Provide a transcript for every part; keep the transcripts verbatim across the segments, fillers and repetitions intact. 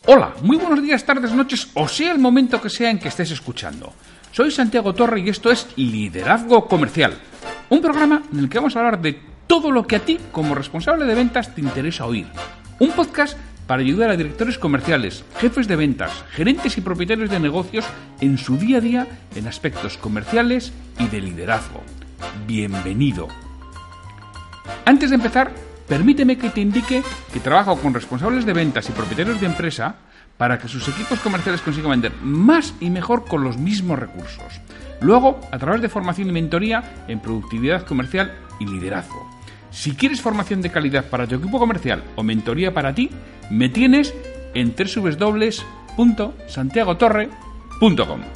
Hola, muy buenos días, tardes, noches, o sea el momento que sea en que estés escuchando. Soy Santiago Torre y esto es Liderazgo Comercial, un programa en el que vamos a hablar de todo lo que a ti, como responsable de ventas, te interesa oír. Un podcast para ayudar a directores comerciales, jefes de ventas, gerentes y propietarios de negocios en su día a día en aspectos comerciales y de liderazgo. Bienvenido. Antes de empezar, permíteme que te indique que trabajo con responsables de ventas y propietarios de empresa para que sus equipos comerciales consigan vender más y mejor con los mismos recursos. Luego, a través de formación y mentoría en productividad comercial y liderazgo. Si quieres formación de calidad para tu equipo comercial o mentoría para ti, me tienes en doble u doble u doble u punto santiago torre punto com.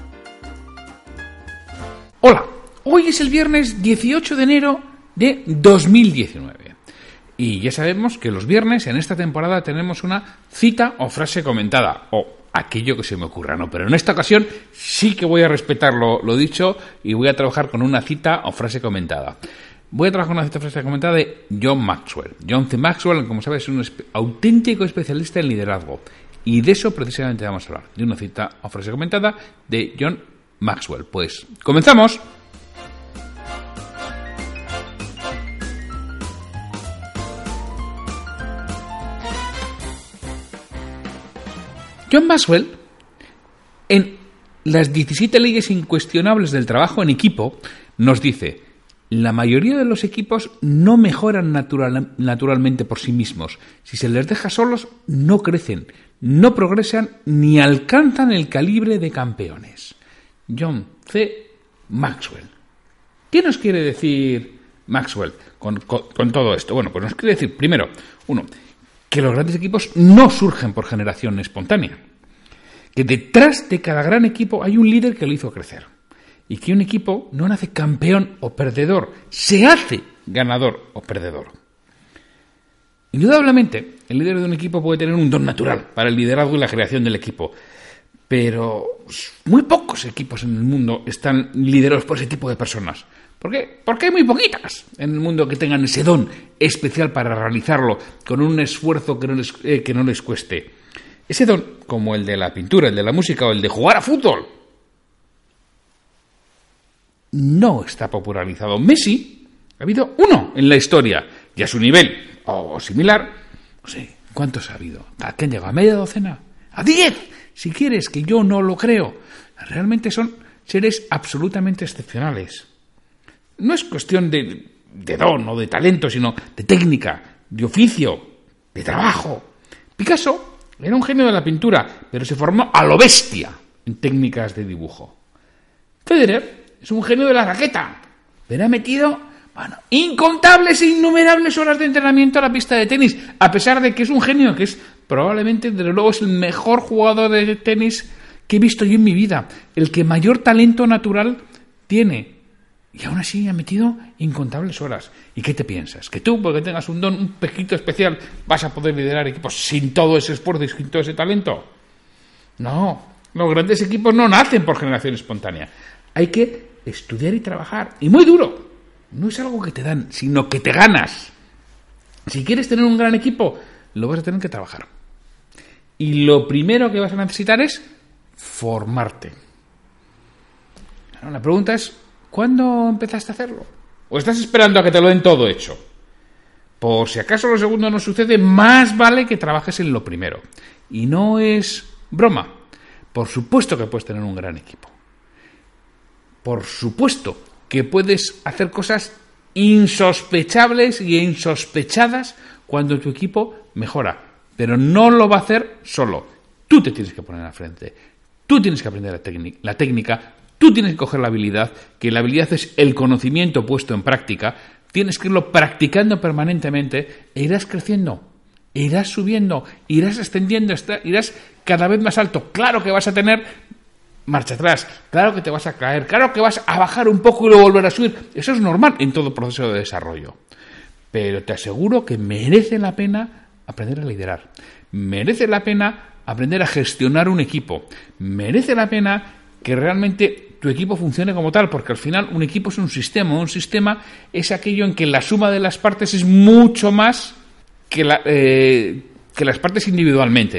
Hola, hoy es el viernes dieciocho de enero de dos mil diecinueve. Y ya sabemos que los viernes en esta temporada tenemos una cita o frase comentada, o aquello que se me ocurra, ¿no? Pero en esta ocasión sí que voy a respetar lo, lo dicho y voy a trabajar con una cita o frase comentada. Voy a trabajar con una cita o frase comentada de John Maxwell. John C. Maxwell, como sabes, es un espe- auténtico especialista en liderazgo. Y de eso precisamente vamos a hablar, de una cita o frase comentada de John Maxwell. Pues, ¡comenzamos! John Maxwell, en las diecisiete leyes incuestionables del trabajo en equipo, nos dice: la mayoría de los equipos no mejoran natural, naturalmente por sí mismos. Si se les deja solos, no crecen, no progresan ni alcanzan el calibre de campeones. John C. Maxwell. ¿Qué nos quiere decir Maxwell con, con, con todo esto? Bueno, pues nos quiere decir, primero, uno, que los grandes equipos no surgen por generación espontánea, que detrás de cada gran equipo hay un líder que lo hizo crecer, y que un equipo no nace campeón o perdedor, se hace ganador o perdedor. Indudablemente, el líder de un equipo puede tener un don natural para el liderazgo y la creación del equipo, pero muy pocos equipos en el mundo están liderados por ese tipo de personas. ¿Por qué? Porque hay muy poquitas en el mundo que tengan ese don especial para realizarlo con un esfuerzo que no les, eh, que no les cueste. Ese don, como el de la pintura, el de la música o el de jugar a fútbol, no está popularizado. Messi ha habido uno en la historia y a su nivel o similar, no sé, ¿cuántos ha habido? ¿A qué han llegado? ¿A media docena? ¿A diez? Si quieres, que yo no lo creo. Realmente son seres absolutamente excepcionales. No es cuestión de, de don o de talento, sino de técnica, de oficio, de trabajo. Picasso era un genio de la pintura, pero se formó a lo bestia en técnicas de dibujo. Federer es un genio de la raqueta, pero ha metido, bueno, incontables e innumerables horas de entrenamiento a la pista de tenis, a pesar de que es un genio, que es probablemente, desde luego, es el mejor jugador de tenis que he visto yo en mi vida, el que mayor talento natural tiene. Y aún así ha metido incontables horas. ¿Y qué te piensas? ¿Que tú, porque tengas un don un poquito especial, vas a poder liderar equipos sin todo ese esfuerzo y sin todo ese talento? No, los grandes equipos no nacen por generación espontánea. Hay que estudiar y trabajar. Y muy duro. No es algo que te dan, sino que te ganas. Si quieres tener un gran equipo, lo vas a tener que trabajar. Y lo primero que vas a necesitar es formarte. La pregunta es: ¿cuándo empezaste a hacerlo? ¿O estás esperando a que te lo den todo hecho? Por si acaso lo segundo no sucede, más vale que trabajes en lo primero. Y no es broma. Por supuesto que puedes tener un gran equipo. Por supuesto que puedes hacer cosas insospechables y insospechadas cuando tu equipo mejora. Pero no lo va a hacer solo. Tú te tienes que poner al frente. Tú tienes que aprender la, técnica, la técnica. Tú tienes que coger la habilidad, que la habilidad es el conocimiento puesto en práctica. Tienes que irlo practicando permanentemente e irás creciendo, irás subiendo, irás ascendiendo, irás cada vez más alto. Claro que vas a tener marcha atrás, claro que te vas a caer, claro que vas a bajar un poco y luego volver a subir. Eso es normal en todo proceso de desarrollo. Pero te aseguro que merece la pena aprender a liderar. Merece la pena aprender a gestionar un equipo. Merece la pena que realmente tu equipo funcione como tal, porque al final un equipo es un sistema. Un sistema es aquello en que la suma de las partes es mucho más que, la, eh, que las partes individualmente.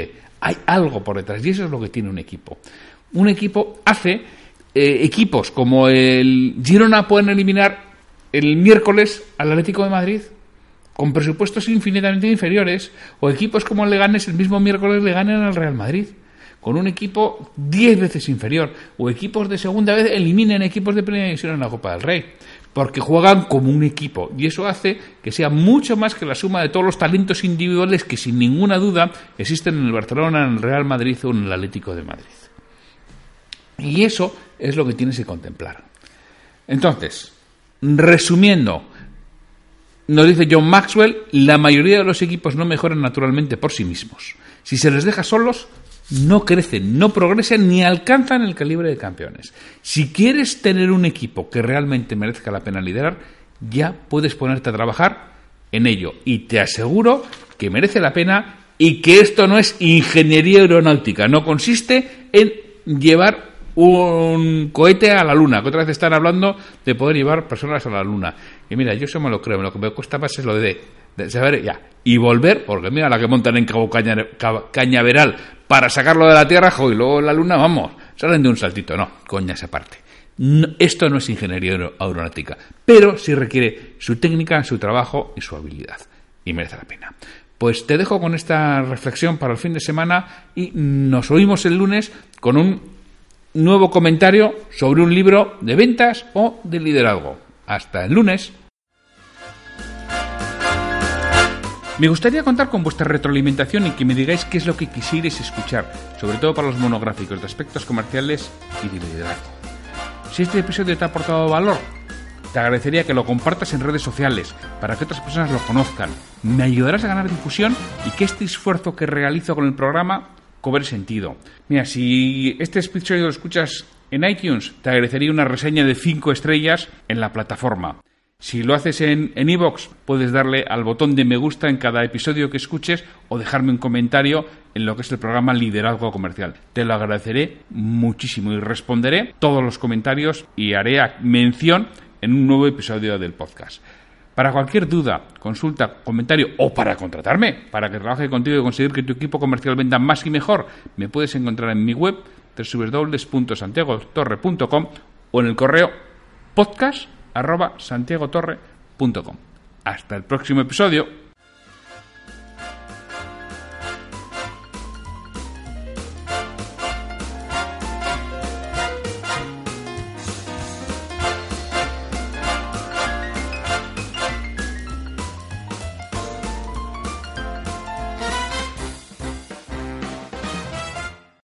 Hay algo por detrás y eso es lo que tiene un equipo. Un equipo hace eh, equipos como el Girona pueden eliminar el miércoles al Atlético de Madrid con presupuestos infinitamente inferiores, o equipos como el Leganés el mismo miércoles le ganan al Real Madrid con un equipo diez veces inferior, o equipos de segunda vez eliminen equipos de primera división en la Copa del Rey, porque juegan como un equipo, y eso hace que sea mucho más que la suma de todos los talentos individuales que sin ninguna duda existen en el Barcelona, en el Real Madrid o en el Atlético de Madrid. Y eso es lo que tienes que contemplar. Entonces, resumiendo, nos dice John Maxwell, la mayoría de los equipos no mejoran naturalmente por sí mismos. Si se les deja solos, no crecen, no progresan ni alcanzan el calibre de campeones. Si quieres tener un equipo que realmente merezca la pena liderar, ya puedes ponerte a trabajar en ello. Y te aseguro que merece la pena y que esto no es ingeniería aeronáutica. No consiste en llevar un cohete a la luna, que otra vez están hablando de poder llevar personas a la luna. Y mira, yo eso me lo creo, lo que me cuesta más es lo de, de saber ya y volver, porque mira la que montan en Cabo Caña, Cañaveral para sacarlo de la Tierra, jo, y luego la luna, vamos, salen de un saltito. No, coña esa parte. No, esto no es ingeniería aeronáutica, pero sí requiere su técnica, su trabajo y su habilidad, y merece la pena. Pues te dejo con esta reflexión para el fin de semana y nos oímos el lunes con un nuevo comentario sobre un libro de ventas o de liderazgo. Hasta el lunes. Me gustaría contar con vuestra retroalimentación y que me digáis qué es lo que quisierais escuchar, sobre todo para los monográficos de aspectos comerciales y de liderazgo. Si este episodio te ha aportado valor, te agradecería que lo compartas en redes sociales para que otras personas lo conozcan. Me ayudarás a ganar difusión y que este esfuerzo que realizo con el programa cobre sentido. Mira, si este episodio lo escuchas en iTunes, te agradecería una reseña de cinco estrellas en la plataforma. Si lo haces en en iVoox, puedes darle al botón de me gusta en cada episodio que escuches o dejarme un comentario en lo que es el programa Liderazgo Comercial. Te lo agradeceré muchísimo y responderé todos los comentarios y haré mención en un nuevo episodio del podcast. Para cualquier duda, consulta, comentario o para contratarme, para que trabaje contigo y conseguir que tu equipo comercial venda más y mejor, me puedes encontrar en mi web doble u doble u doble u punto santiago torre punto com o en el correo podcast arroba santiago torre punto com. Hasta el próximo episodio.